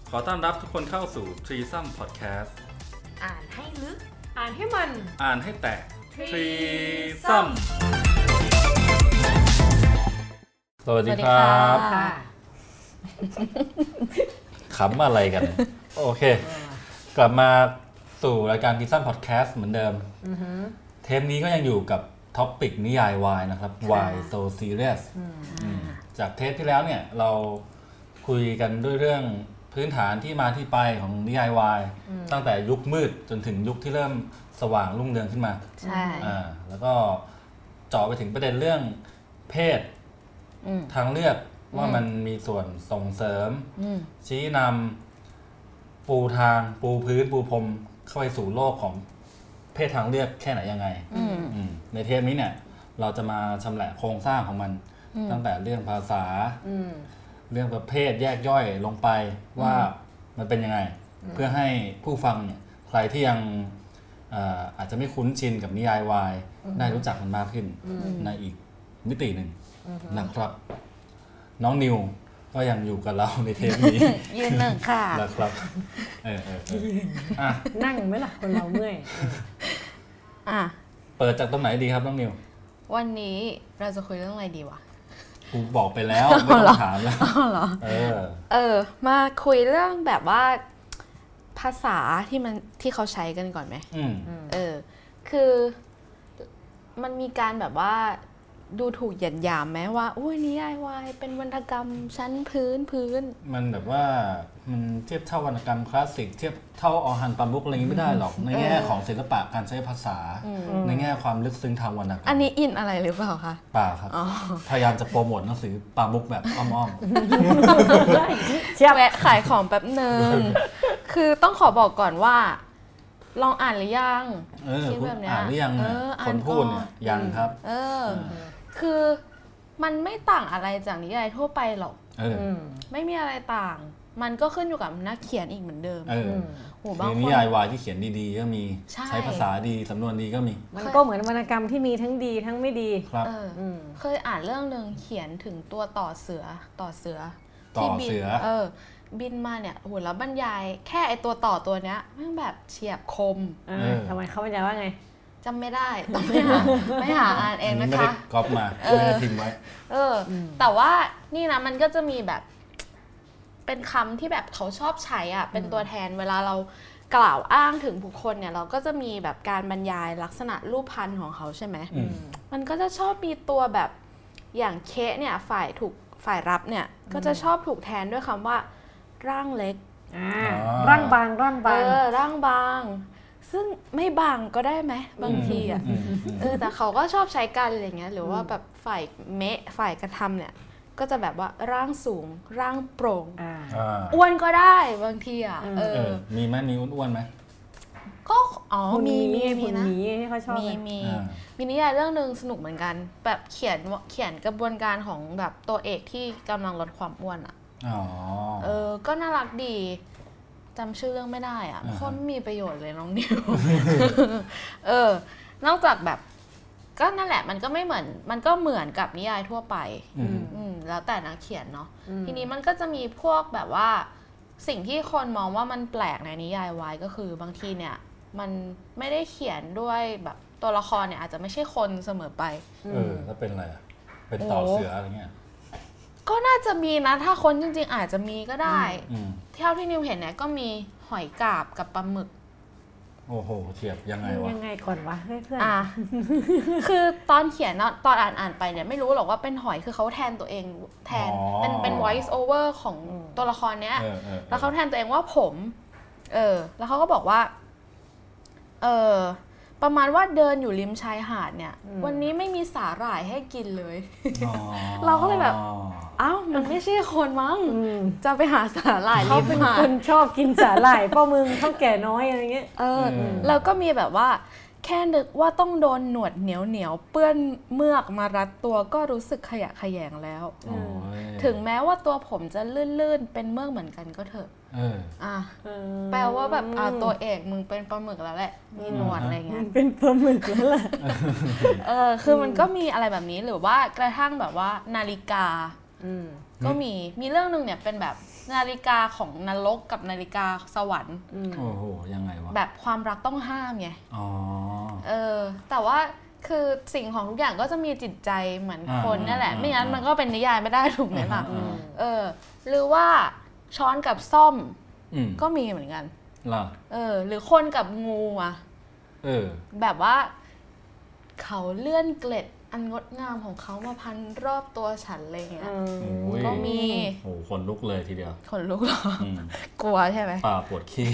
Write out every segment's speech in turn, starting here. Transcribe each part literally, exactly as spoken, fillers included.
ขอต้อนรับทุกคนเข้าสู่ Threesome Podcast อ่านให้ลึกอ่านให้มันอ่านให้แตก Threesome สวัสดีครับขำอะไรกัน โอเค กลับมาสู่รายการ Threesome Podcast เหมือนเดิมเทปนี้ก็ยังอยู่กับท็อปิกนิยายวายนะครับ Why So Serious จากเทปที่แล้วเนี่ยเราคุยกันด้วยเรื่องพื้นฐานที่มาที่ไปของนิยายวายตั้งแต่ยุคมืดจนถึงยุคที่เริ่มสว่างรุ่งเรืองขึ้นมาใช่อ่าแล้วก็เจาะไปถึงประเด็นเรื่องเพศทางเลือกว่ามันมีส่วนส่งเสริมชี้นำปูทางปูพื้นปูพรมเข้าไปสู่โลกของเพศทางเลือกแค่ไหนยังไงในเทปนี้เนี่ยเราจะมาชำแหละโครงสร้างของมันตั้งแต่เรื่องภาษาเรื่องประเภทแยกย่อยลงไปว่ามันเป็นยังไงเพื่อให้ผู้ฟังเนี่ยใครที่ยังอาจจะไม่คุ้นชินกับนิยายวายได้รู้จักมันมากขึ้นในอีกมิติหนึ่งนะครับน้องนิวก็ยังอยู่กับเราในเทปนี้ยืนหนึ่งค่ะนะครับเออเอออ่ะนั่งไหมล่ะคนเราเมื่อยอ่ะเปิดจากตรงไหนดีครับน้องนิววันนี้เราจะคุยเรื่องอะไรดีวะกูบอกไปแล้วไม่ต้องถามแล้วเออเออมาคุยเรื่องแบบว่าภาษาที่มันที่เขาใช้กันก่อนไหมเออคือมันมีการแบบว่าดูถูกหยันหยามไหมว่าอุ้ยนิยายวายเป็นวรรณกรรมชั้นพื้นพื้นมันแบบว่ามันเทียบเท่าวรรณกรรมคลาสสิกเทียบเท่าอหันปามุกอะไรไม่ได้หรอกในแง่ของศิลปะการใช้ภาษาในแง่ความลึกซึ้งทางวรรณกรรมอันนี้อินอะไรหรือเปล่าคะเปล่าครับพยายามจะโปรโมทหนังสือปามุกแบบอ้อมๆแวะขายของแป๊บนึงคือต้องขอบอกก่อนว่าลองอ่านหรือยังเออคุณอ่านหรือยังคนพูดเนี่ยยังครับเออคือมันไม่ต่างอะไรจากนิยายทั่วไปหรอกไม่มีอะไรต่างมันก็ขึ้นอยู่กับนักเขียนอีกเหมือนเดิมโอ้บางคนนิยายวายที่เขียนดีๆก็มีใช้ภาษาดีสำนวนดีก็มีมันก็เหมือนวรรณกรรมที่มีทั้งดีทั้งไม่ดีครับเคยอ่านเรื่องนึงเขียนถึงตัวต่อเสือต่อเสือต่อเสือเออบินมาเนี่ยโหแล้วบรรยายแค่ไอตัวต่อตัวเนี้ยแม่งแบบเฉียบคมทำไมเขาบรรยายว่าไงจำไม่ได้ต้องไปหาไม่หาอ่านเองนะคะไม่ได้ก๊อปมาไม่ได้พิมพ์ไว้เออแต่ว่านี่นะมันก็จะมีแบบเป็นคำที่แบบเขาชอบใช้อ่ะเป็นตัวแทนเวลาเรากล่าวอ้างถึงบุคคลเนี่ยเราก็จะมีแบบการบรรยายลักษณะรูปพรรณของเขาใช่ไหมมันก็จะชอบมีตัวแบบอย่างเคเนี่ยฝ่ายถูกฝ่ายรับเนี่ยก็จะชอบถูกแทนด้วยคำว่าร่างเล็กร่างบางร่างบางเออร่างบางซึ่งไม่บางก็ได้ไหมบางทีอ่ะเออแต่เขาก็ชอบใช้กันอะไรเงี้ยหรือว่าแบบฝ่ายเมะฝ่ายกระทำเนี่ยก็จะแบบว่าร่างสูงร่างโปร่งอ้วนก็ได้บางทีอ่ะเออมีไหมมีอ้วนๆไหมก็อ๋อมีมีมีนะมีที่เขาชอบมีมีมีนิยายเรื่องนึงสนุกเหมือนกันแบบเขียนเขียนกระบวนการของแบบตัวเอกที่กำลังลดความอ้วนอ่ะเออก็น่ารักดีจำชื่อเรื่องไม่ได้อ่ะคนมีประโยชน์เลยน้องนิวเออนอกจากแบบก็นั่นแหละมันก็ไม่เหมือนมันก็เหมือนกับนิยายทั่วไปอืมแล้วแต่นักเขียนเนาะทีนี้มันก็จะมีพวกแบบว่าสิ่งที่คนมองว่ามันแปลกในนิยายวายก็คือบางทีเนี่ยมันไม่ได้เขียนด้วยแบบตัวละครเนี่ยอาจจะไม่ใช่คนเสมอไปเออแล้วเป็นอะไรอ่ะเป็นต่อเสืออะไรเงี้ยก็น่าจะมีนะถ้าคนจริงๆอาจจะมีก็ได้เท่าที่นิวเห็นเนี่ยก็มีหอยกาบกับปลาหมึกโอ้โหเทียบยังไงวะยังไงก่อนวะเพื่อนอ่ะคือตอนเขียนตอนอ่านอ่านไปเนี่ยไม่รู้หรอกว่าเป็นหอยคือเขาแทนตัวเองแทนเป็นเป็น voice over ของตัวละครเนี้ยแล้วเขาแทนตัวเองว่าผมเออแล้วเขาก็บอกว่าเออประมาณว่าเดินอยู่ริมชายหาดเนี่ยวันนี้ไม่มีสาหร่ายให้กินเลยเราก็เลยแบบอ้าวมันไม่ใช่คนมั้งจะไปหาสาหร่ายเขาเป็นคนชอบกินสาหร่ายพ่อมึงเท่าแก่น้อยอะไรเงี้ยเออแล้วก็มีแบบว่าแค่นึกว่าต้องโดนหนวดเหนียวเหนียวเปื้อนเมือกมารัดตัวก็รู้สึกขยะแขยงแล้วถึงแม้ว่าตัวผมจะลื่นๆเป็นเมือกเหมือนกันก็เถอะอ่ะแปลว่าแบบอ่ะตัวเอกมึงเป็นปลาหมึกแล้วแหละมีหนวดอะไรเงี้ยเป็นปลาหมึกแล้วแหละเออคือมันก็มีอะไรแบบนี้หรือว่ากระทั่งแบบว่านาฬิกาก็มีมีเรื่องนึงเนี่ยเป็นแบบนาฬิกาของนรกกับนาฬิกาสวรรค์โอ้โหยังไงวะแบบความรักต้องห้ามไงอ๋อเออแต่ว่าคือสิ่งของทุกอย่างก็จะมีจิตใจเหมือนคนนี่แหละไม่งั้นมันก็เป็นนิยายไม่ได้ถูกไหมล่ะเออหรือว่าช้อนกับซ่อมก็มีเหมือนกันเออหรือคนกับงูอ่ะเออแบบว่าเขาเลื่อนเกล็ดอันงดงามของเขามาพันรอบตัวฉันอะไรเงี้ยก็มีโอ้ขนลุกเลยทีเดียวขนลุกหรอกลัวใช่ไหมป่าปวดขี้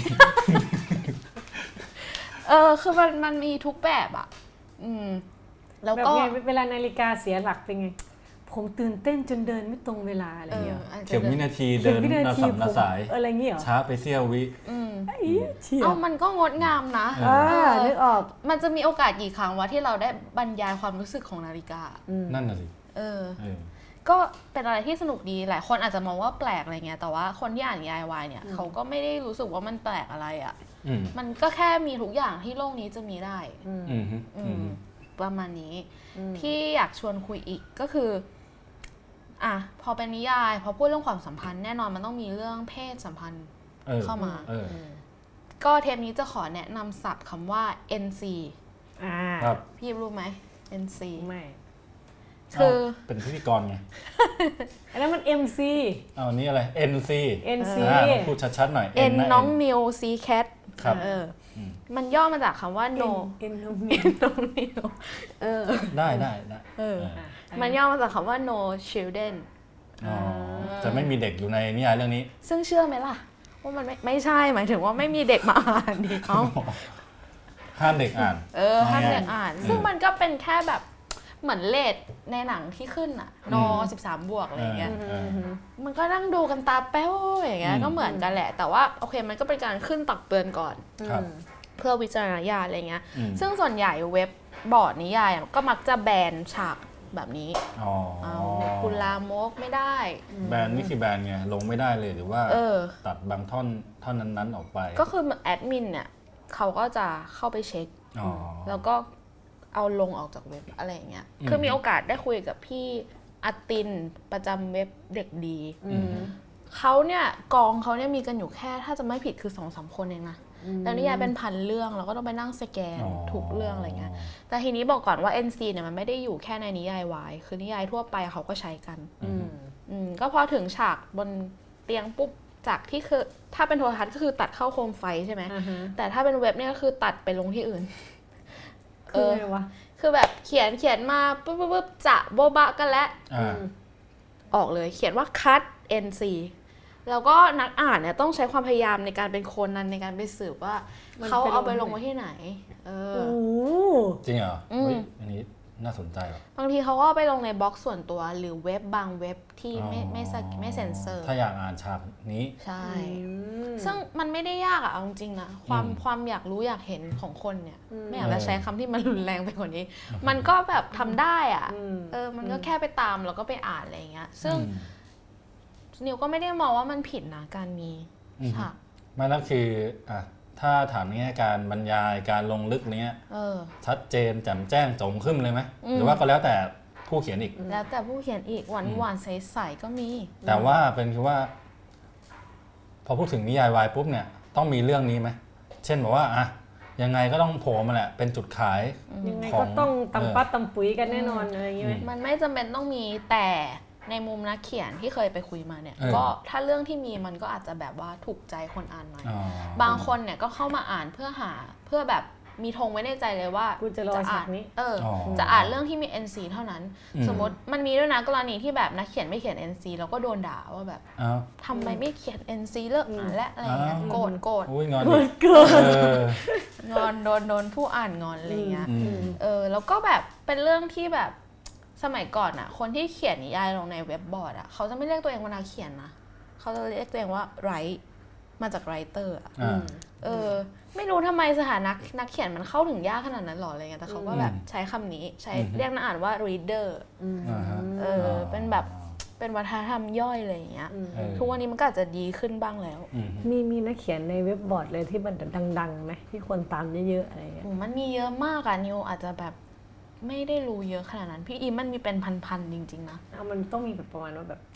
เออคือมันมันมีทุกแบบอ่ะอืมแล้วก็เวลานาฬิกาเสียหลักเป็นไงผมตื่นเต้นจนเดินไม่ตรงเวลาอะไรเงี้ยเข็มวินาทีเดินนาสัมนาสายอะไรเงี้ยช้าไปเสี้ยววิเอามันก็งดงามนะเออนึกออกมันจะมีโอกาสกี่ครั้งวะที่เราได้บรรยายความรู้สึกของนาฬิกานั่นน่ะสิเออก็เป็นอะไรที่สนุกดีหลายคนอาจจะมองว่าแปลกอะไรเงี้ยแต่ว่าคนที่อ่านนิยายวายเนี่ยเขาก็ไม่ได้รู้สึกว่ามันแปลกอะไรอ่ะมันก็แค่มีทุกอย่างที่โลกนี้จะมีได้ประมาณนี้ที่อยากชวนคุยอีกก็คืออ่ะพอเป็นนิยายพอพูดเรื่องความสัมพันธ์แน่นอนมันต้องมีเรื่องเพศสัมพันธ์เข้ามาก็เทปนี้จะขอแนะนำศัพท์คำว่า เอ็น ซีอ่าพี่รู้ไหม เอ็น ซีไม่คือเป็นพิธีกรไงอันนั้นมัน เอ็ม ซีอ้าวนี่อะไร เอ็น ซีเอ็น ซีพูดชัดๆหน่อย N น้องนิว C cat เออมันย่อมาจากคำว่า no N น้องนิวเออได้ได้ได้เออมันย่อมาจากคำว่า no children อ๋อจะไม่มีเด็กอยู่ในนิยายเรื่องนี้ซึ่งเชื่อไหมล่ะว่ามันไม่ไม่ใช่หมายถึงว่าไม่มีเด็กมาอ่านดิเขาห้ามเด็กอ่านเออห้ามเด็กอ่านซึ่งมันก็เป็นแค่แบบเหมือนเลทในหนังที่ขึ้นอะนอสิบสามบวกอะไรเงี้ยมันก็นั่งดูกันตาแป้วอย่างเงี้ยก็เหมือนกันแหละแต่ว่าโอเคมันก็เป็นการขึ้นตักเตือนก่อนเพื่อวิจารณญาณอะไรเงี้ยซึ่งส่วนใหญ่เว็บบอร์ดนิยายก็มักจะแบนฉากแบบนี้เอาคุณลามกไม่ได้แบนนี่คือแบนไงลงไม่ได้เลยหรือว่าตัดบางท่อนท่อนนั้นๆออกไปก็คือแอดมินเนี่ยเขาก็จะเข้าไปเช็คแล้วก็เอาลงออกจากเว็บอะไรอย่างเงี้ยคือมีโอกาสได้คุยกับพี่อาตินประจำเว็บเด็กดีเขาเนี่ยกองเขาเนี่ยมีกันอยู่แค่ถ้าจะไม่ผิดคือ สองสาม คนเองนะแล้วนิยายเป็นพันเรื่องเราก็ต้องไปนั่งสแกนทุกเรื่องอะไรเงี้ยแต่ทีนี้บอกก่อนว่า เอ็น ซี เนี่ยมันไม่ได้อยู่แค่ในนิยายวายคือนิยายทั่วไปเขาก็ใช้กันก็พอถึงฉากบนเตียงปุ๊บจากที่คือถ้าเป็นโทรทัศน์ก็คือตัดเข้าโคมไฟใช่ไหมแต่ถ้าเป็นเว็บเนี่ยก็คือตัดไปลงที่อื่นคือไงวะคือแบบเขียนเขียนมาปุ๊บปุ๊บปุ๊บจะโบบะกันแล้วออกเลยเขียนว่าคัท เอ็น ซี แล้วก็นักอ่านเนี่ยต้องใช้ความพยายามในการเป็นคนนั้นในการไปสืบว่าเขาเอาไปลงไว้ที่ไหนเออจริงเหรออันนี้น่าสนใจว่ะบางทีเขาก็ไปลงในบล็อกส่วนตัวหรือเว็บบางเว็บที่ไม่ไม่ไม่เซ็นเซอร์ถ้าอยากอ่านฉากนี้ใช่ซึ่งมันไม่ได้ยากอะเอาจริงๆนะความความอยากรู้อยากเห็นของคนเนี่ยไม่อยากจะใช้คำที่มันรุนแรงไปกว่านี้มันก็แบบทำได้อะเออมันก็แค่ไปตามแล้วก็ไปอ่านอะไรอย่างเงี้ยซึ่งนิวก็ไม่ได้มองว่ามันผิดนะการมีฉากไม่แล้วคืออ่ะถ้าถามเนี่ยการบรรยายการลงลึกเนี้ยชัดเจนแจ่มแจ้งจงขึ้นเลยไหมหรือว่าก็แล้วแต่ผู้เขียนอีกแล้วแต่ผู้เขียนอีกหวานหวานใสๆก็มีแต่ว่าเป็นคือว่าพอพูดถึงนิยายวายปุ๊บเนี่ยต้องมีเรื่องนี้ไหมเช่นบอกว่าอ่ะยังไงก็ต้องโผล่มาแหละเป็นจุดขายยังไงก็ต้องตำปัดตำปุ๋ยกันแน่นอนอะไรอย่างเงี้ยมันไม่จำเป็นต้องมีแต่ในมุมนักเขียนที่เคยไปคุยมาเนี่ยก็ถ้าเรื่องที่มีมันก็อาจจะแบบว่าถูกใจคนอ่านหน่อยบางคนเนี่ยก็เข้ามาอ่านเพื่อหาเพื่อแบบมีธงไว้ในใจเลยว่าจะอ่านเออจะอ่านเรื่องที่มี เอ็น ซี เท่านั้นสมมติมันมีด้วยนะกรณีที่แบบนักเขียนไม่เขียน เอ็น ซี แล้วก็โดนด่าว่าแบบทำไมไม่เขียน เอ็น ซี เลิกอ่านและอะไรเงี้ยโกรธโกรธงอนโกรธงอนโดนโดนผู้อ่านงอนอะไรเงี้ยเออแล้วก็แบบเป็นเรื่องที่แบบสมัยก่อนอ่ะคนที่เขียนนิยายลงในเว็บบอร์ดอ่ะเขาจะไม่เรียกตัวเองว่านักเขียนนะเขาจะเรียกตัวเองว่าไรท์มาจากไรเตอร์อ่ะเออไม่รู้ทำไมสถานะนักเขียนมันเข้าถึงยากขนาดนั้นหรออะไรเงี้ยแต่เขาก็แบบใช้คำนี้ใช้เรียกนักอ่านว่า reader เออเป็นแบบเป็นวัฒนธรรมย่อยอะไรอย่างเงี้ยทุกวันนี้มันก็อาจจะดีขึ้นบ้างแล้วมีมีนักเขียนในเว็บบอร์ดเลยที่มันดังๆไหมที่คนตามเยอะๆอะไรเงี้ยมันมีเยอะมากอะนิวอาจจะแบบไม่ได้รู้เยอะขนาดนั้นพี่อีมันมีเป็นพันๆจริงๆนะเอามันต้องมีแบบประมาณว่าแบบ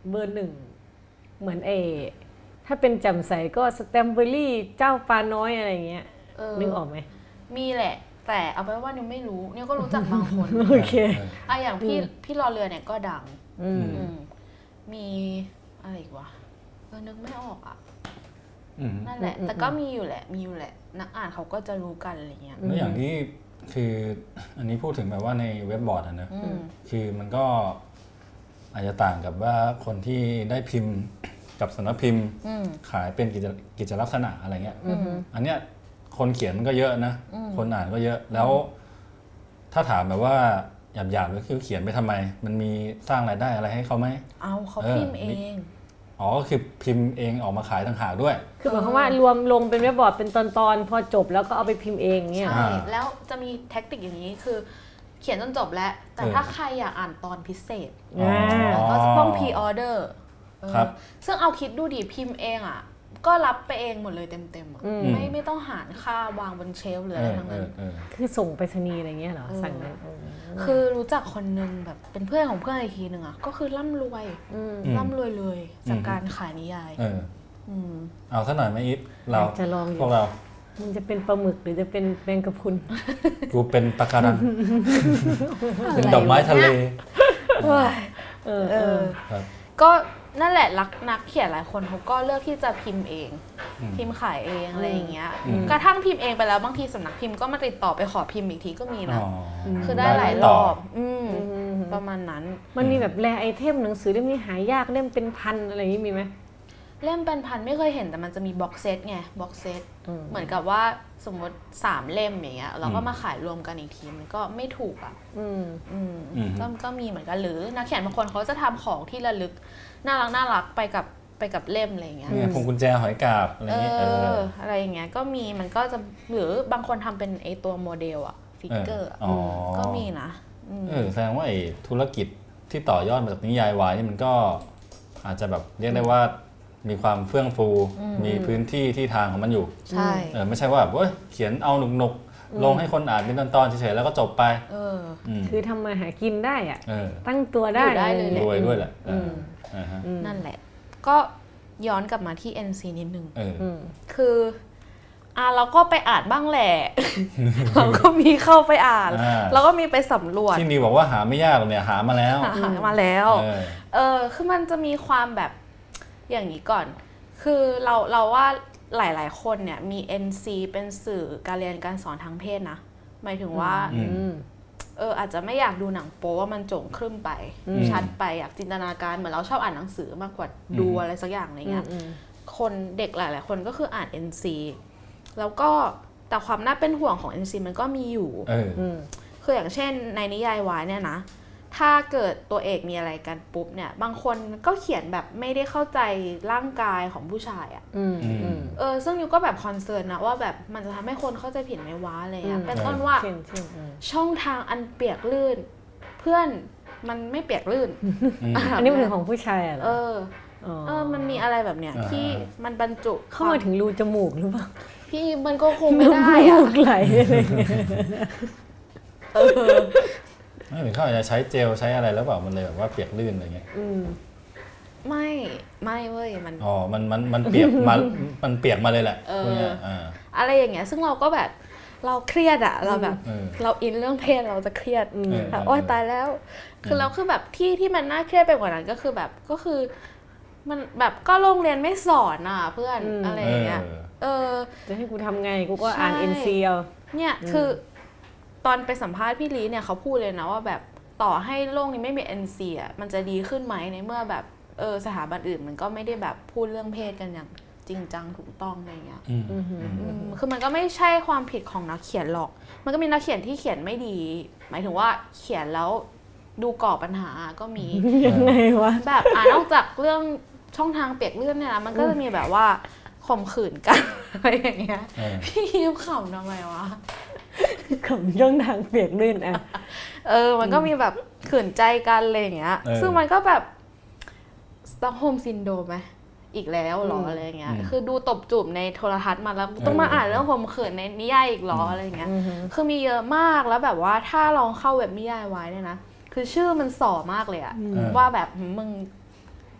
เบอร์หนึ่งเหมือนเอถ้าเป็นจำใสก็สแตมเบอรี่เจ้าปลาน้อยอะไรเงี้ยนึกออกไหมมีแหละแต่เอาไปว่านิวไม่รู้นิวก็รู้จักบางคนโอเคอ่ะอย่างพี่พี่รอเรือเนี่ยก็ดังมีอะไรอีกวะเออนึกไม่ออกอ่ะนั่นแหละแต่ก็มีอยู่แหละมีอยู่แหละนักอ่านเขาก็จะรู้กันอะไรเงี้ยแล้วอย่างที่คืออันนี้พูดถึงแบบว่าในเว็บบอร์ดนะคือมันก็อาจจะต่างกับว่าคนที่ได้พิมพ์กับสำนักพิมพ์ขายเป็นกิจกิจลักษณะอะไรเงี้ยอันเนี้ยคนเขียนมันก็เยอะนะคนอ่านก็เยอะแล้วถ้าถามแบบว่าหยาบๆก็คือเขียนไปทำไมมันมีสร้างรายได้อะไรให้เขาไหมเอาเขาพิมพ์เองอ๋อก็คือพิมพ์เองออกมาขายต่างหากด้วยคือหมายความว่ารวมลงเป็นเว็บบอร์ดเป็นตอนๆพอจบแล้วก็เอาไปพิมพ์เองเงี้ยใช่แล้วจะมีแท็กติกอย่างนี้คือเขียนจนจบแล้วแต่ถ้าใครอยากอ่านตอนพิเศษก็จะต้องพรีออเดอร์ซึ่งเอาคิดดูดิพิมพ์เองอ่ะก็รับไปเองหมดเลยเต็มๆอ่ะไม่ไม่ต้องหารค่าวางบนเชลฟ์หรืออะไรทั้งนั้นคือส่งไปรษณีย์อะไรเงี้ยเหรอสั่งคือรู้จักคนนึงแบบเป็นเพื่อนของเพื่อนอีกทีนึงอ่ะก็คือร่ำรวยร่ำรวยเลยจากการขายนิยายเอาสักหน่อยไหมอีฟเราจะลองพวกเรามันจะเป็นปลาหมึกหรือจะเป็นแมงกะพรุนกูเป็นปลาการังเป็นดอกไม้ทะเลเออเออก็นั่นแหละรักนักเขียนหลายคนเขาก็เลือกที่จะพิมพ์เองพิมพ์ขายเองอะไรอย่างเงี้ยกระทั่งพิมพ์เองไปแล้วบางทีสำนักพิมพ์ก็มาติดต่อไปขอพิมพ์อีกทีก็มีนะคือได้หลายรอบประมาณนั้นมันมีแบบแรไอเทมหนังสือเล่มนี้หายากเล่มเป็นพันอะไรอย่างนี้มีไหมเล่มเป็นพันไม่เคยเห็นแต่มันจะมีบ็อกเซตไงบ็อกเซตเหมือนกับว่าสมมติสามเล่มอย่างเงี้ยเราก็มาขายรวมกันอีกทีมันก็ไม่ถูกอ่ะก็ก็มีเหมือนกันหรือนักเขียนบางคนเขาจะทำของที่ระลึกน่ารักน่ารักไปกับไปกับเล่มอะไรอย่างเงี้ยพวงกุญแจหอยกาบอะไรเงี้ยเอออะไรอย่างเงี้ยก็มีมันก็จะหรือบางคนทำเป็นไอตัวโมเดลอะฟิกเกอร์ก็มีนะเออแสดงว่าไอธุรกิจที่ต่อยอดมาจากนิยายวายนี่มันก็อาจจะแบบเรียกได้ว่ามีความเฟื่องฟูมีพื้นที่ที่ทางของมันอยู่ใช่เออไม่ใช่ว่าแบบเขียนเอาหนุกๆลงให้คนอ่านเป็นตอนๆเฉยๆแล้วก็จบไปคือทำมาหากินได้อะตั้งตัวได้เลยรวยด้วยแหละนั่นแหละก็ย้อนกลับมาที่ เอ็น ซี นิดนึงคืออ่ะเราก็ไปอ่านบ้างแหละเราก็มีเข้าไปอ่านเราก็มีไปสำรวจที่นี่บอกว่าหาไม่ยากหรอกเนี่ยหามาแล้วหามาแล้วเออคือมันจะมีความแบบอย่างนี้ก่อนคือเราเราว่าหลายๆคนเนี่ยมี เอ็น ซี เป็นสื่อการเรียนการสอนทางเพศนะหมายถึงว่าเอออาจจะไม่อยากดูหนังโป๊ว่ามันโจ่งครึ่มไปชัดไปอยากจินตนาการเหมือนเราชอบอ่านหนังสือมากกว่าดูอะไรสักอย่างอะไรเงี้ยคนเด็กหลายๆคนก็คืออ่าน เอ็น ซี แล้วก็แต่ความน่าเป็นห่วงของ เอ็น ซี มันก็มีอยู่คืออย่างเช่นในนิยายวายเนี่ยนะถ้าเกิดตัวเอกมีอะไรกันปุ๊บเนี่ยบางคนก็เขียนแบบไม่ได้เข้าใจร่างกายของผู้ชายอ่ะเออซึ่งยูก็แบบคอนเซิร์นนะว่าแบบมันจะทำให้คนเข้าใจผิดไหมวะอะไรอ่ะเป็นต้นว่าช่องทางอันเปียกลื่นเพื่อนมันไม่เปียกลื่นอันนี้เป็นของผู้ชายอ่ะเออเออมันมีอะไรแบบเนี้ยที่มันบรรจุเข้ามาถึงรูจมูกหรือเปล่าพี่มันก็คงไม่ได้อ่ะไหลอะไรเออไม่ถึงเขาอาจจะใช้เจลใช้อะไรแล้วเปล่ามันเลยแบบว่าเปียกลื่นอะไรเงี้ยไม่ไม่เว้ยมันอ๋อมันมันมันเปียกมามันเปียกมาเลยแหละพวกเนี้ยอ่าอะไรอย่างเงี้ยซึ่งเราก็แบบเราเครียดอะเราแบบเราอินเรื่องเพศเราจะเครียดแบบโอ๊ยตายแล้วคือเราคือแบบที่ที่มันน่าเครียดไปกว่านั้นก็คือแบบก็คือมันแบบก็โรงเรียนไม่สอนอ่ะเพื่อนอะไรอย่างเงี้ยเออจะให้กูทำไงกูก็อ่าน เอ็น ซี เอาเนี่ยคือตอนไปสัมภาษณ์พี่ลีเนี่ยเขาพูดเลยนะว่าแบบต่อให้โลกนี้ไม่มี เอ็น ซี อ่ะมันจะดีขึ้นไหมในเมื่อแบบเออสถาบันอื่นมันก็ไม่ได้แบบพูดเรื่องเพศกันอย่างจริงจังถูกต้องอะไรเงี้ยคือมันก็ไม่ใช่ความผิดของนักเขียนหรอกมันก็มีนักเขียนที่เขียนไม่ดีหมายถึงว่าเขียนแล้วดูก่อปัญหาก็มียังไงวะแบบอ่านอกจากเรื่องช่องทางเปียกเลื่อนเนี่ยนะมันก็จะมีแบบว่าข่มขืนกันอะไรอย่างเงี้ยพี่ยิ้มขำทำไมวะขำช่องทางเปียกลื่นอ่ะเออมันก็มีแบบขืนใจกันอะไรอย่างเงี้ยซึ่งมันก็แบบสต็อกโฮล์มซินโดรมไหมอีกแล้วหรออะไรเงี้ยคือดูตบจูบในโทรทัศน์มาแล้วต้องมาอ่านเรื่องข่มขืนในนิยายอีกหรออะไรเงี้ยคือมีเยอะมากแล้วแบบว่าถ้าลองเข้าเว็บนิยายไว้เนี่ยนะคือชื่อมันส่อมากเลยอะว่าแบบมึง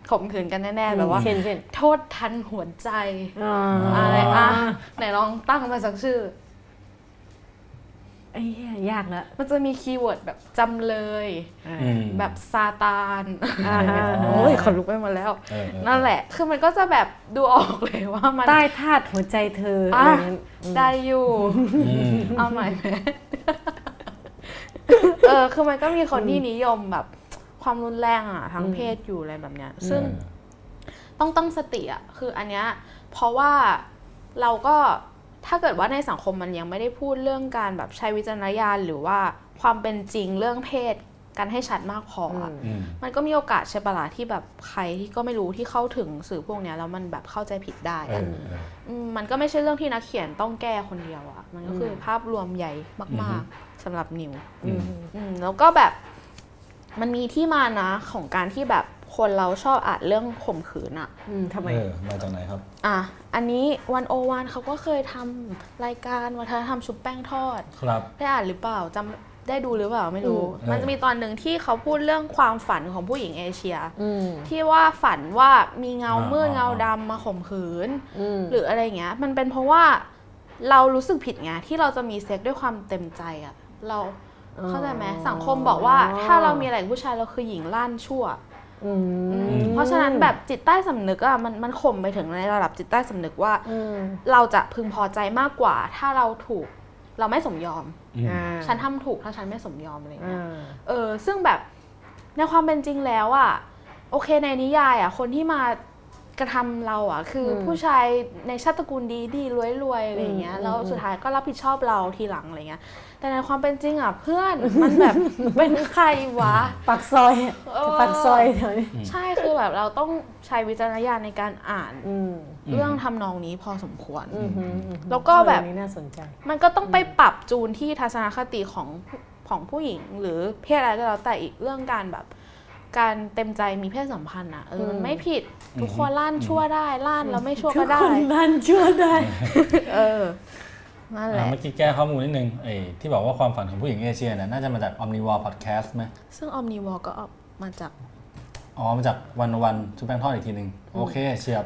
ข่มขืนกันแน่ๆแบบว่าเช่นเช่นโทษทันหัวใจอะไรอ่ะไหนลองตั้งมาสักชื่อไอ้ยากแล้วมันจะมีคีย์เวิร์ดแบบจำเลยแบบซาตานโอ้ยขนลุกไปหมดแล้วนั่นแหละคือมันก็จะแบบดูออกเลยว่ามันใต้ธาตุหัวใจเธอได้อยู่เอาใหม่ไหมเออคือมันก็มีคนที่นิยมแบบความรุนแรงอ่ะทางเพศอยู่อะไรแบบเนี้ยซึ่งต้องตั้งสติอ่ะคืออันเนี้ยเพราะว่าเราก็ถ้าเกิดว่าในสังคมมันยังไม่ได้พูดเรื่องการแบบใช้วิจารณญาณหรือว่าความเป็นจริงเรื่องเพศกันให้ชัดมากพออ่ะมันก็มีโอกาสใช่ปะล่ะที่แบบใครที่ก็ไม่รู้ที่เข้าถึงสื่อพวกเนี้ยแล้วมันแบบเข้าใจผิดได้อ่ะมันก็ไม่ใช่เรื่องที่นักเขียนต้องแก้คนเดียวอ่ะมันก็คือภาพรวมใหญ่มากๆสำหรับนิวแล้วก็แบบมันมีที่มานะของการที่แบบคนเราชอบอ่านเรื่องข่มขืนอ่ะทำไมมาจากไหนครับอ่ะอันนี้วันโอวันเขาก็เคยทำรายการวัฒนธรรมชุบแป้งทอดครับได้อ่านหรือเปล่าจำได้ดูหรือเปล่าไม่รู้มันจะมีตอนหนึ่งที่เขาพูดเรื่องความฝันของผู้หญิงเอเชียที่ว่าฝันว่ามีเงามืดเงาดำมาข่มขืนหรืออะไรเงี้ยมันเป็นเพราะว่าเรารู้สึกผิดไงที่เราจะมีเซ็กด้วยความเต็มใจอ่ะเราเข้าใจไหมสังคมบอกว่าถ้าเรามีอะไรกับผู้ชายเราคือหญิงล้านชั่วเพราะฉะนั้นแบบจิตใต้สำนึกอะมันมันข่มไปถึงในระดับจิตใต้สำนึกว่าเราจะพึงพอใจมากกว่าถ้าเราถูกเราไม่สมยอมฉันทำถูกถ้าฉันไม่สมยอมอะไรเงี้ยเออซึ่งแบบในความเป็นจริงแล้วอะโอเคในนิยายอะคนที่มากระทำเราอะคือผู้ชายในชาติตระกูลดีดีรวยๆอะไรเงี้ยแล้วสุดท้ายก็รับผิดชอบเราทีหลังอะไรเงี้ยแต่ในความเป็นจริงอ่ะเพื่อนมันแบบเป็นใครวะปักซอยปักซอยเถอะใช่คือแบบเราต้องใช้วิจารณญาณในการอ่านเรื่องทำนองนี้พอสมควรแล้วก็แบบน่าสนใจมันก็ต้องไปปรับจูนที่ทัศนคติของของผู้หญิงหรือเพศอะไรก็แล้วแต่อีกเรื่องการแบบการเต็มใจมีเพศสัมพันธ์อ่ะเออมันไม่ผิดทุกคนล้านชั่วได้ล้านแล้วไม่ชั่วก็ได้ทุกคนล้านชั่วได้เออนั่นแหละเมื่อกี้แก้ข้อมูลนิดนึงไอ้ที่บอกว่าความฝันของผู้หญิงเอเชียเนี่ยน่าจะมาจาก Omnivore Podcast ไหมซึ่ง Omnivore ก็มาจากอ๋อมาจากวันวันชุบแป้งทอดอีกทีนึงโอเคเฉียบ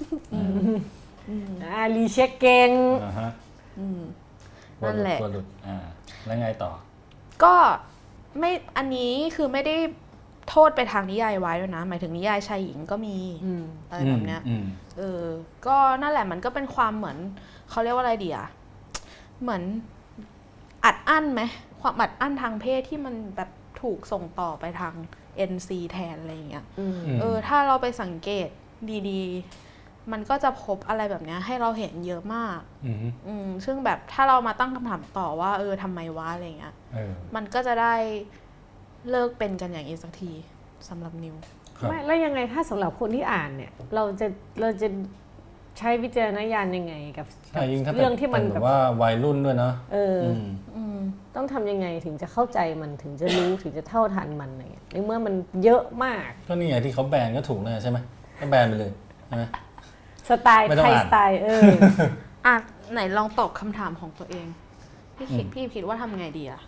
อ่ารีเช็คเก่งอ่าฮะนั่นแหละตัวหลุดอ่าแล้วไงต่อก็ไม่อันนี้คือไม่ได้โทษไปทางนิยายวายด้วยนะหมายถึงนิยายชายหญิงก็มีอะไรแบบเนี้ยเออก็นั่นแหละมันก็เป็นความเหมือนเขาเรียกว่าอะไรดีอะเหมือนอัดอั้นไหมความอัดอั้นทางเพศที่มันแบบถูกส่งต่อไปทาง เอ็น ซี แทนอะไรอย่างเงี้ยเออถ้าเราไปสังเกตดีๆมันก็จะพบอะไรแบบนี้ให้เราเห็นเยอะมากอืมซึ่งแบบถ้าเรามาตั้งคำถามต่อว่าเออทำไมวะอะไรเงี้ยมันก็จะได้เลิกเป็นกันอย่างนี้สักทีสำหรับนิวไม่แล้วยังไงถ้าสำหรับคนที่อ่านเนี่ยเราจะเราจะใช้วิจารณญาณยังไงกับเรื่องที่มันแบบว่าวัยรุ่นด้วยเนาะเออต้องทำยังไงถึงจะเข้าใจมันถึงจะรู้ถึงจะเท่าทันมันอะไรเงี้ยในเมื่อมันเยอะมากก็นี่ไงที่เขาแบนก็ถูกเลยใช่ไหมก็แบนไปเลยใช่ไหมสไตล์ไทยสไตล์เอออ่ะไหนลองตอบคำถามของตัวเองพี่คิดพี่คิดว่าทำไงดีอะ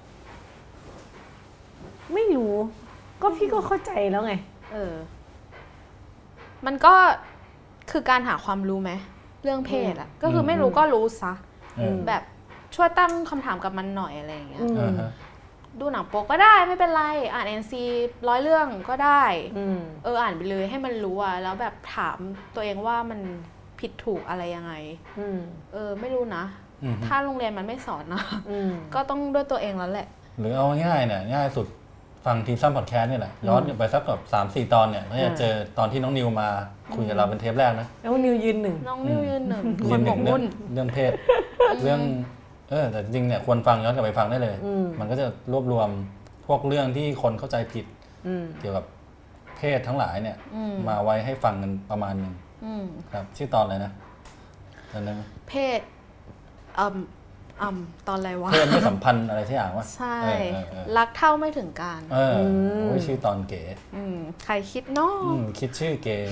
ไม่รู้ก็พี่ก็เข้าใจแล้วไงเออมันก็คือการหาความรู้ไหมเรื่องเพศอ่ะก็คือไม่รู้ก็รู้ซะแบบช่วยตั้งคำถามกับมันหน่อยอะไรอย่างเงี้ยดูหนังโป๊ก็ได้ไม่เป็นไรอ่าน เอ็น ซี ร้อยเรื่องก็ได้เอออ่านไปเลยให้มันรู้อ่ะแล้วแบบถามตัวเองว่ามันผิดถูกอะไรยังไงเออไม่รู้นะถ้าโรงเรียนมันไม่สอนนะก็ต้องด้วยตัวเองแล้วแหละหรือเอาง่ายๆเนี่ยง่ายสุดฟังทีมซัมพอดแคสต์นี่แหละย้อนไปสักแบบ สามสี่ ตอนเนี่ยก็จะเจอตอนที่น้องนิวมาคุยกับเราเป็นเทปแรกนะน้องนิวยืนหนึ่งน้องนิวยืนหนึ่งคนหมกมุ่นเรื่องเพศเรื่องเออแต่จริงเนี่ยควรฟังย้อนกลับไปฟังได้เลยมันก็จะรวบรวมพวกเรื่องที่คนเข้าใจผิดเกี่ยวกับเพศทั้งหลายเนี่ยมาไว้ให้ฟังกันประมาณนึงครับชื่อตอนอะไรนะตอนนั้นเพศอืมอืมตอนอะไรวะเพศไม่สัมพันธ์อะไรที่อ่านว่าใช่รักเท่าไม่ถึงการเออโอ้ยชื่อตอนเก๋ใครคิดเนาะคิดชื่อเก๋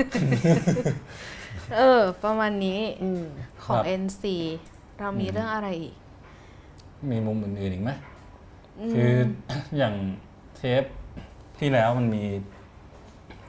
เออประมาณนี้ของ เอ็น ซี เรามีเรื่องอะไรอีกมีมุมอื่นๆอีกไหมคืออย่างเทปที่แล้วมันมี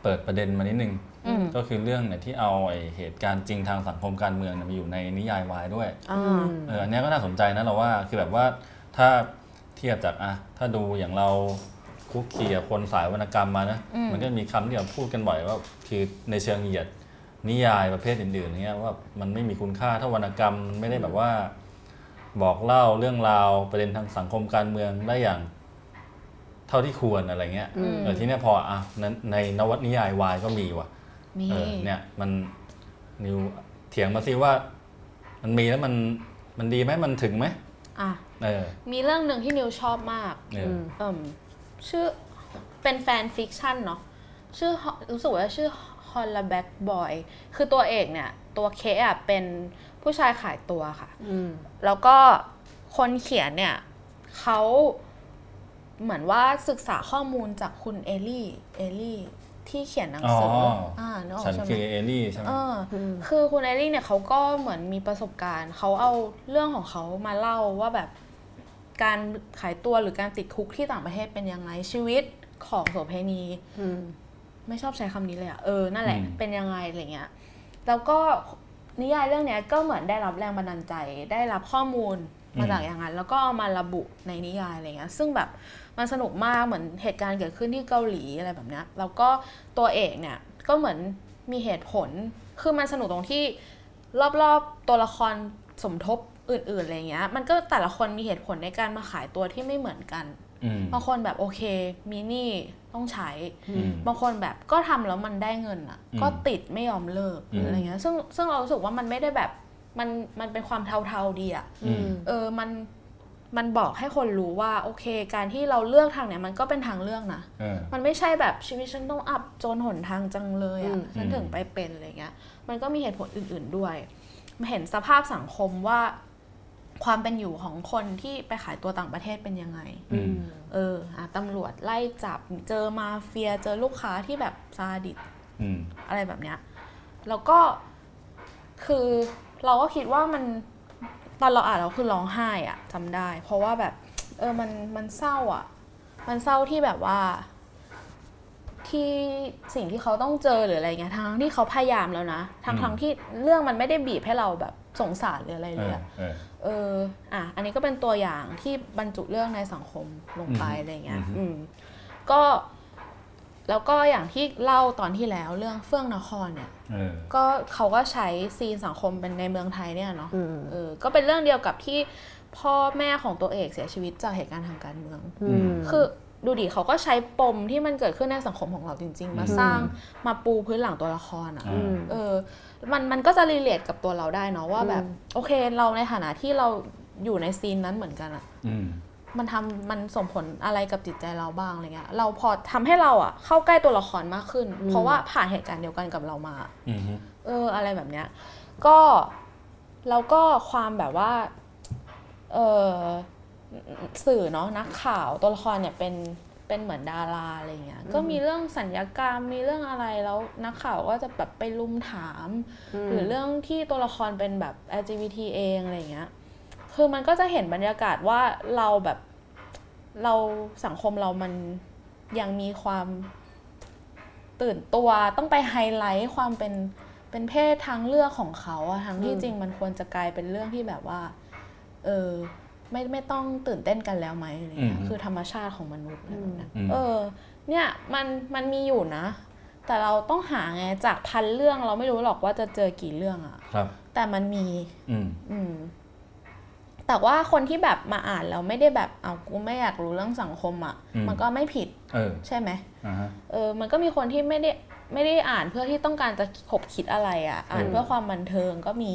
เปิดประเด็นมานิดนึงก็คือเรื่องเนี่ยที่เอาไอ้เหตุการณ์จริงทางสังคมการเมืองมาอยู่ในนิยายวายด้วยเอออันนี้ก็น่าสนใจนะเราว่าคือแบบว่าถ้าเทียบจากอ่ะถ้าดูอย่างเราคุกคีกับคนสายวรรณกรรมมานะมันก็มีคำที่เราพูดกันบ่อยว่าคือในเชิงเหยียดนิยายประเภทอื่นๆเงี้ยว่ามันไม่มีคุณค่าถ้าวรรณกรรมไม่ได้แบบว่าบอกเล่าเรื่องราวประเด็นทางสังคมการเมืองได้อย่างเท่าที่ควรอะไรเงี้ยเออที่นี้พออ่ะในนวนิยายวายก็มีว่ะเออเนี่ยมันนิวเถียงมาสิว่ามันมีแล้วมันมันดีไหมมันถึงไหมอ่ะเออมีเรื่องหนึ่งที่นิวชอบมากเออเออชื่อเป็นแฟนฟิกชันเนาะชื่อรู้สึกว่าชื่อฮอลลาแบ็กบอยคือตัวเอกเนี่ยตัวเคอ่ะเป็นผู้ชายขายตัวค่ะแล้วก็คนเขียนเนี่ยเขาเหมือนว่าศึกษาข้อมูลจากคุณเอลี่เอลี่ที่เขียนหนังสืออ่าเนอะฉันคือเอลี่ใช่ไหมคือคุณเอลี่เนี่ยเขาก็เหมือนมีประสบการณ์เขาเอาเรื่องของเขามาเล่าว่าแบบการขายตัวหรือการติดคุกที่ต่างประเทศเป็นยังไงชีวิตของโสเภณีไม่ชอบใช้คำนี้เลยอ่ะเออนั่นแหละเป็นยังไงอะไรเงี้ยแล้วก็นิยายเรื่องนี้ก็เหมือนได้รับแรงบันดาลใจได้รับข้อมูลมาจากอย่างนั้นแล้วก็เอามาระบุในนิยายอะไรเงี้ยซึ่งแบบมันสนุกมากเหมือนเหตุการณ์เกิดขึ้นที่เกาหลีอะไรแบบนี้แล้วก็ตัวเอกเนี่ยก็เหมือนมีเหตุผลคือมันสนุกตรงที่รอบๆตัวละครสมทบอื่นๆอะไรเงี้ยมันก็แต่ละคนมีเหตุผลในการมาขายตัวที่ไม่เหมือนกันบางคนแบบโอเคมีหนี้ต้องใช้บางคนแบบก็ทำแล้วมันได้เงินอ่ะก็ติดไม่ยอมเลิกอะไรเงี้ยซึ่งซึ่งเรารู้สึกว่ามันไม่ได้แบบมันมันเป็นความเทาๆดีอ่ะเออมันมันบอกให้คนรู้ว่าโอเคการที่เราเลือกทางเนี้ยมันก็เป็นทางเลือกนะมันไม่ใช่แบบชีวิตฉันต้องอับจนหนทางจังเลยอ่ะฉันถึงไปเป็นอะไรเงี้ยมันก็มีเหตุผลอื่นๆด้วยมาเห็นสภาพสังคมว่าความเป็นอยู่ของคนที่ไปขายตัวต่างประเทศเป็นยังไงเออตำรวจไล่จับเจอมาเฟียเจอลูกค้าที่แบบซาดิสอะไรแบบเนี้ยแล้วก็คือเราก็คิดว่ามันตอนเราอ่านเราคือร้องไห้อะจำได้เพราะว่าแบบเออมันมันเศร้าอะมันเศร้าที่แบบว่าที่สิ่งที่เขาต้องเจอหรืออะไรเงี้ยทั้งที่เขาพยายามแล้วนะทั้งทั้งที่เรื่องมันไม่ได้บีบให้เราแบบสงสารหรืออะไรเลยอะเอออ่ะอันนี้ก็เป็นตัวอย่างที่บรรจุเรื่องในสังคมลงไปอะไรเงี้ยอืมก็แล้วก็อย่างที่เล่าตอนที่แล้วเรื่องเฟื่องนครเนี่ยก็เขาก็ใช้ซีนสังคมเป็นในเมืองไทยเนี่ยเนาะเออก็เป็นเรื่องเดียวกับที่พ่อแม่ของตัวเอกเสียชีวิตจากเหตุการณ์ทางการเมืองคือดูดิเขาก็ใช้ปมที่มันเกิดขึ้นในสังคมของเราจริงๆมาสร้างมาปูพื้นหลังตัวละครอ่ะเออมันมันก็จะรีเลทกับตัวเราได้เนาะว่าแบบโอเคเราในฐานะที่เราอยู่ในซีนนั้นเหมือนกันอ่ะมันทำมันส่งผลอะไรกับจิตใจเราบ้างอะไรเงี้ยเราพอทำให้เราอ่ะเข้าใกล้ตัวละครมากขึ้นเพราะว่าผ่านเหตุการณ์เดียวกันกับเรามาเอออะไรแบบเนี้ยก็แล้วก็ความแบบว่าเออสื่อเนาะนักข่าวตัวละครเนี่ยเป็นเป็นเหมือนดาราอะไรเงี้ยก็มีเรื่องสัญญกรรมมีเรื่องอะไรแล้วนักข่าวก็จะแบบไปลุมถามหรือเรื่องที่ตัวละครเป็นแบบ แอล จี บี ที เองอะไรเงี้ยคือมันก็จะเห็นบรรยากาศว่าเราแบบเราสังคมเรามันยังมีความตื่นตัวต้องไปไฮไลท์ความเป็นเป็นเพศทางเลือกของเขาอะทั้งที่จริงมันควรจะกลายเป็นเรื่องที่แบบว่าเออไม่ไม่ต้องตื่นเต้นกันแล้วไหมอะไรเงี้ยคือธรรมชาติของมนุษย์อะไรแบบนั้นเออเนี่ยมันมันมีอยู่นะแต่เราต้องหาไงจากพันเรื่องเราไม่รู้หรอกว่าจะเจอกี่เรื่องอะแต่มันมีอืมอืมแต่ว่าคนที่แบบมาอ่านแล้วไม่ได้แบบเอากูไม่อยากรู้เรื่องสังคมอ่ะมันก็ไม่ผิดใช่ไหมเออมันก็มีคนที่ไม่ได้ไม่ได้อ่านเพื่อที่ต้องการจะขบคิดอะไรอ่ะอ่านเพื่อความบันเทิงก็มี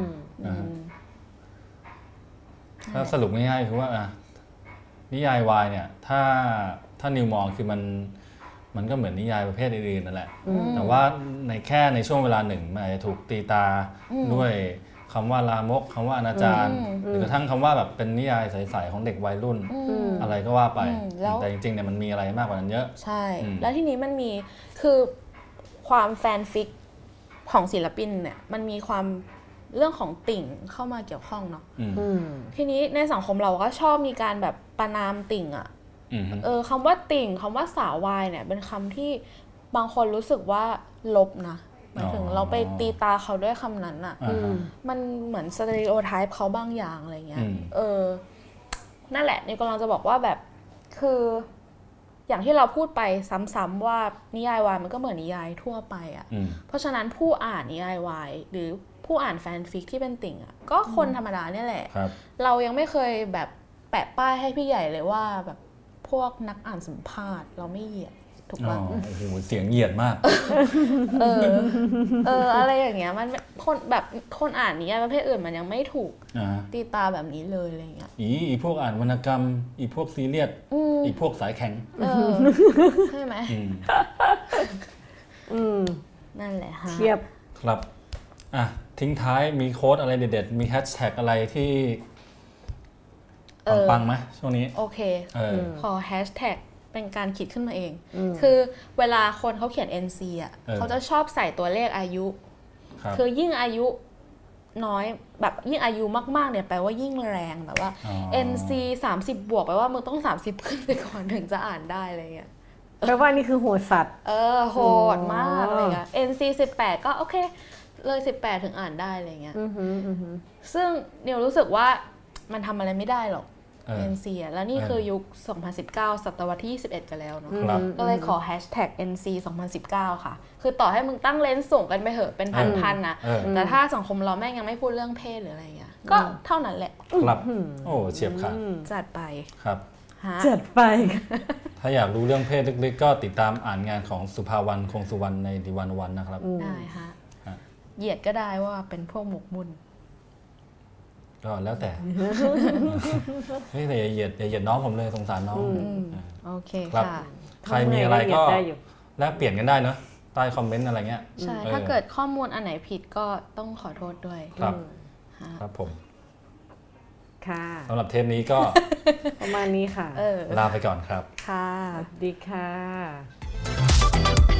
ถ้าสรุปง่ายๆคือว่านิยายวายเนี่ยถ้าถ้านิวมองคือมันมันก็เหมือนนิยายประเภทอื่นๆนั่นแหละแต่ว่าในแค่ในช่วงเวลาหนึ่งมันอาจจะถูกตีตาด้วยคำว่าลามกคำว่าอนาจารหรือกระทั่งคำว่าแบบเป็นนิยายใสๆของเด็กวัยรุ่นอะไรก็ว่าไปแต่จริงๆเนี่ยมันมีอะไรมากกว่านั้นเยอะใช่แล้วทีนี้มันมีคือความแฟนฟิกของศิลปินเนี่ยมันมีความเรื่องของติ่งเข้ามาเกี่ยวข้องเนาะทีนี้ในสังคมเราก็ชอบมีการแบบประณามติ่งอ่ะเออคำว่าติ่งคำว่าสาววายเนี่ยเป็นคำที่บางคนรู้สึกว่าลบนะหมายถึงเราไปตีตาเขาด้วยคำนั้นอ่ะมันเหมือนสเตอริโอไทป์เขาบางอย่างอะไรเงี้ยเออนั่นแหละนี่กำลังจะบอกว่าแบบคืออย่างที่เราพูดไปซ้ำๆว่านิยายวายมันก็เหมือนนิยายทั่วไปอ่ะเพราะฉะนั้นผู้อ่านนิยายวายหรือผู้อ่านแฟนฟิกที่เป็นติ่งอ่ะก็คนธรรมดาเนี่ยแหละเรายังไม่เคยแบบแปะป้ายให้พี่ใหญ่เลยว่าแบบพวกนักอ่านสัมภาษณ์เราไม่เหยียดถูกป่ะโอ้โหเสียงเหยียดมากเออเอออะไรอย่างเงี้ยมันคนแบบคนอ่านนิยายประเภทอื่นมันยังไม่ถูกตีตาแบบนี้เลยอะไรเงี้ยอีอีพวกอ่านวรรณกรรมอีพวกซีเรียสอีพวกสายแข็งเออใช่ไหมอืมนั่นแหละฮะเทียบครับอ่ะทิ้งท้ายมีโค้ดอะไรเด็ดๆมีแฮชแท็กอะไรที่ปังๆไหมช่วงนี้โอเคพอแฮชแท็กเป็นการคิดขึ้นมาเองคือเวลาคนเขาเขียน เอ็น ซี อ่ะเขาจะชอบใส่ตัวเลขอายุคือยิ่งอายุน้อยแบบยิ่งอายุมากๆเนี่ยแปลว่ายิ่งแรงแบบว่า เอ็น ซี สามสิบบวกแปลว่ามึงต้องสามสิบขึ้นไปก่อนถึงจะอ่านได้อะไรเงี้ยแปลว่านี่คือโหดสัตว์เออโหดมากอะไรเงี้ย เอ็น ซี สิบแปดก็โอเคเลยสิบแปดถึงอ่านได้อะไรเงี้ยซึ่งนิวรู้สึกว่ามันทำอะไรไม่ได้หรอกเอ็น ซี อ่ะแล้วนี่คือยุคสองพันสิบเก้าศตวรรษที่ยี่สิบเอ็ดกันแล้วเนาะก็เลยขอแฮชแท็ก เอ็น ซี สองพันสิบเก้าค่ะคือต่อให้มึงตั้งเลนส์ส่งกันไปเหอะเป็นพันๆนะแต่ถ้าสังคมเราแม่งยังไม่พูดเรื่องเพศหรืออะไรอย่างเงี้ยก็เท่านั้นแหละครับโอ้เฉียบขาดจัดไปครับจัดไปถ้าอยากรู้เรื่องเพศลึกๆก็ติดตามอ่านงานของสุภาวรรณคงสุวรรณในดิวันวันนะครับได้ฮะเหยียดก็ได้ว่าเป็นพวกหมกมุ่นก็แล้วแต่เฮ้ยแต่อย่าเหยียดอย่าเหยียดน้องผมเลยสงสารน้องโอเคค่ะใครมีอะไรก็แลกเปลี่ยนกันได้เนอะใต้คอมเมนต์อะไรเงี้ยใช่ถ้าเกิดข้อมูลอันไหนผิดก็ต้องขอโทษด้วยครับครับผมค่ะสำหรับเทปนี้ก็ประมาณนี้ค่ะลาไปก่อนครับค่ะสวัสดีค่ะ